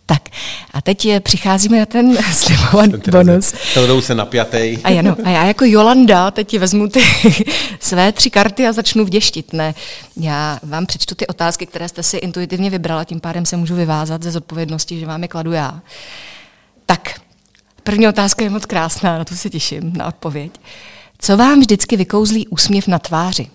Tak a teď přicházíme na ten slibovaný bonus. Kladou se napjatej. A já jako Jolanda teď vezmu ty své 3 karty a začnu vděštit. Ne, já vám přečtu ty otázky, které jste si intuitivně vybrala, tím pádem se můžu vyvázat ze zodpovědnosti, že vám je kladu já. Tak, první otázka je moc krásná, na to se těším, na odpověď. Co vám vždycky vykouzlí úsměv na tváři?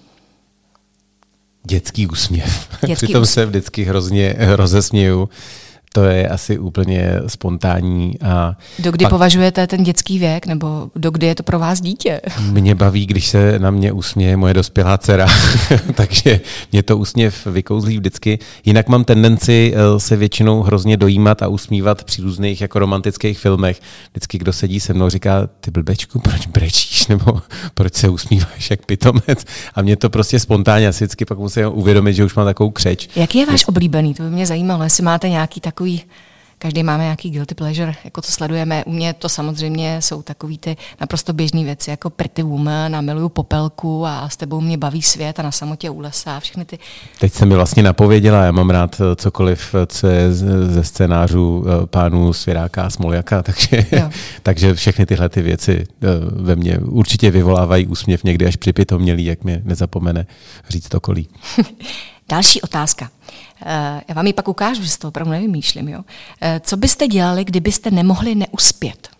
Dětský úsměv. Přitom se vždycky hrozně rozesměju. To je asi úplně spontánní. A dokdy považujete ten dětský věk, nebo dokdy je to pro vás dítě? Mě baví, když se na mě usměje moje dospělá dcera, takže mě to úsměv vykouzlí vždycky. Jinak mám tendenci se většinou hrozně dojímat a usmívat při různých jako romantických filmech. Vždycky, kdo sedí se mnou, říká, ty blbečku, proč brečíš, nebo proč se usmíváš jak pitomec? A mě to prostě spontánně, asi vždycky pak musím uvědomit, že už mám takovou křeč. Jaký je váš oblíbený? To by mě zajímalo, jestli máte nějaký takový, každý máme nějaký guilty pleasure, jako to sledujeme. U mě to samozřejmě jsou takový ty naprosto běžné věci, jako Pretty Woman a Miluju popelku a S tebou mě baví svět a Na samotě u lesa a všechny ty. Teď se mi vlastně napověděla, já mám rád cokoliv, co je ze scénářů pánů Svěráka a Smoljaka, takže všechny tyhle ty věci ve mně určitě vyvolávají úsměv někdy až připitomělý, jak mě nezapomene říct okolí. Další otázka. Já vám ji pak ukážu, že si to opravdu nevymýšlím. Jo? Co byste dělali, kdybyste nemohli neuspět?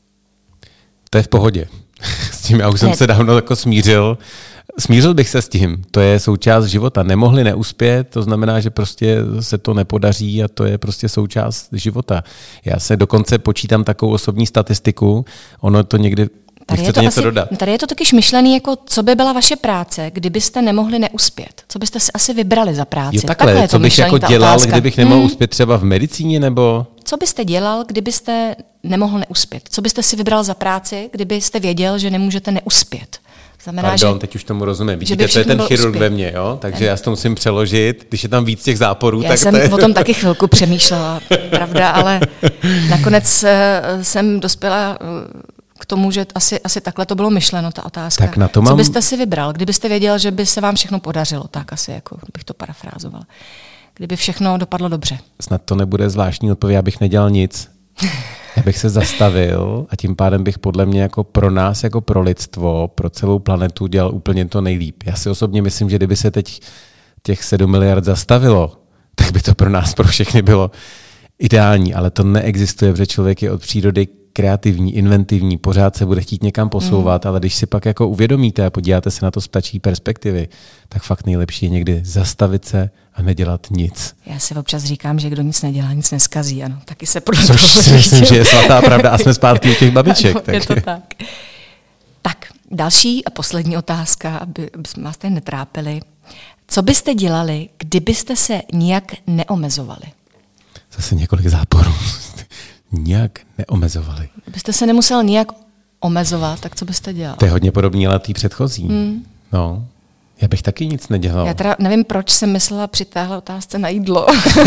To je v pohodě. S tím já už jsem se dávno jako smířil. Smířil bych se s tím. To je součást života. Nemohli neuspět, to znamená, že prostě se to nepodaří a to je prostě součást života. Já se dokonce počítám takovou osobní statistiku. Ono to někdy... Tady je to totiž myšlený, jako co by byla vaše práce, kdybyste nemohli neuspět. Co byste si asi vybrali za práci? Jo, takhle co bych jako dělal, kdybych nemohl uspět třeba v medicíně, nebo... Co byste dělal, kdybyste nemohl neuspět? Co byste si vybral za práci, kdybyste věděl, že nemůžete neuspět? Znamená, teď už tomu rozumím. Vidíte, to je ten chirurg ve mně, jo? Takže já si to musím přeložit, když je tam víc těch záporů. Já jsem o tom taky chvilku přemýšlela, pravda, ale nakonec jsem dospěla k tomu, že asi takhle to bylo myšleno, ta otázka. Tak na to Co byste si vybral, kdybyste věděl, že by se vám všechno podařilo, tak asi, jako bych to parafrázovala. Kdyby všechno dopadlo dobře. Snad to nebude zvláštní odpověď, abych nedělal nic. Já bych se zastavil a tím pádem bych podle mě jako pro nás, jako pro lidstvo, pro celou planetu dělal úplně to nejlíp. Já si osobně myslím, že kdyby se teď těch 7 miliard zastavilo, tak by to pro nás, pro všechny bylo ideální, ale to neexistuje, protože člověk je od přírody kreativní, inventivní, pořád se bude chtít někam posouvat, ale když si pak jako uvědomíte a podíváte se na to z ptačí perspektivy, tak fakt nejlepší je někdy zastavit se a nedělat nic. Já si občas říkám, že kdo nic nedělá, nic neskazí, ano. Taky se podle toho si myslím, že je svatá pravda a jsme zpátky u těch babiček. Ano, je to tak. Tak, další a poslední otázka, aby jsme vás tady netrápili. Co byste dělali, kdybyste se nijak neomezovali? Zase několik záporů. Nijak neomezovali. Kdybyste se nemusel nijak omezovat, tak co byste dělal? To je hodně podobný, ale tý předchozí. No, já bych taky nic nedělal. Já teda nevím, proč jsem myslela při téhle otázce na jídlo.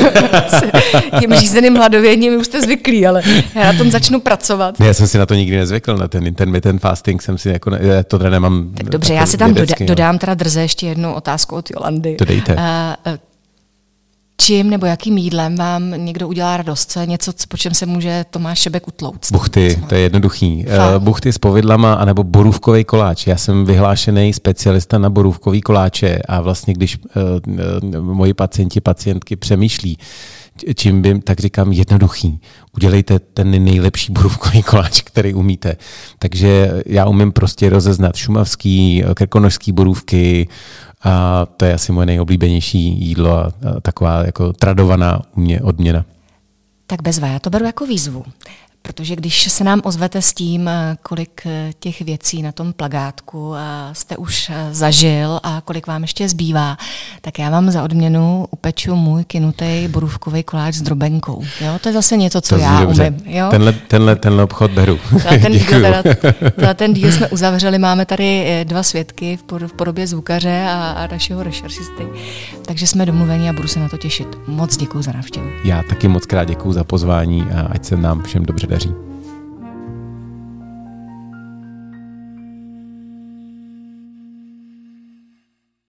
Tím řízeným hladověním už jste zvyklí, ale já na tom začnu pracovat. Já jsem si na to nikdy nezvykl, na ten intermittent fasting jsem si jako, to teda nemám. Tak dobře, já si tam dodám teda drze ještě jednu otázku od Jolandy. To dejte. Čím nebo jakým jídlem vám někdo udělá radost? Co je něco, po čem se může Tomáš Šebek utlouct? Buchty, to je jednoduchý. Buchty s povidlama anebo borůvkový koláč. Já jsem vyhlášený specialista na borůvkový koláče a vlastně když moji pacientky přemýšlí, čím by, tak říkám jednoduchý. Udělejte ten nejlepší borůvkový koláč, který umíte. Takže já umím prostě rozeznat šumavský, krkonošský borůvky, a to je asi moje nejoblíbenější jídlo a taková jako tradovaná odměna. Tak bezva, já to beru jako výzvu. Protože když se nám ozvete s tím, kolik těch věcí na tom plakátku jste už zažil a kolik vám ještě zbývá, tak já vám za odměnu upeču můj kynutej borůvkový koláč s drobenkou. Jo? To je zase něco, co já umím. Jo? Tenhle obchod beru. Ten díl jsme uzavřeli, máme tady 2 svědky v podobě zvukaře a našeho rešeršisty. Takže jsme domluveni a budu se na to těšit. Moc děkuju za návštěvu. Já taky moc krát děkuju za pozvání a ať se nám všem dobře daří.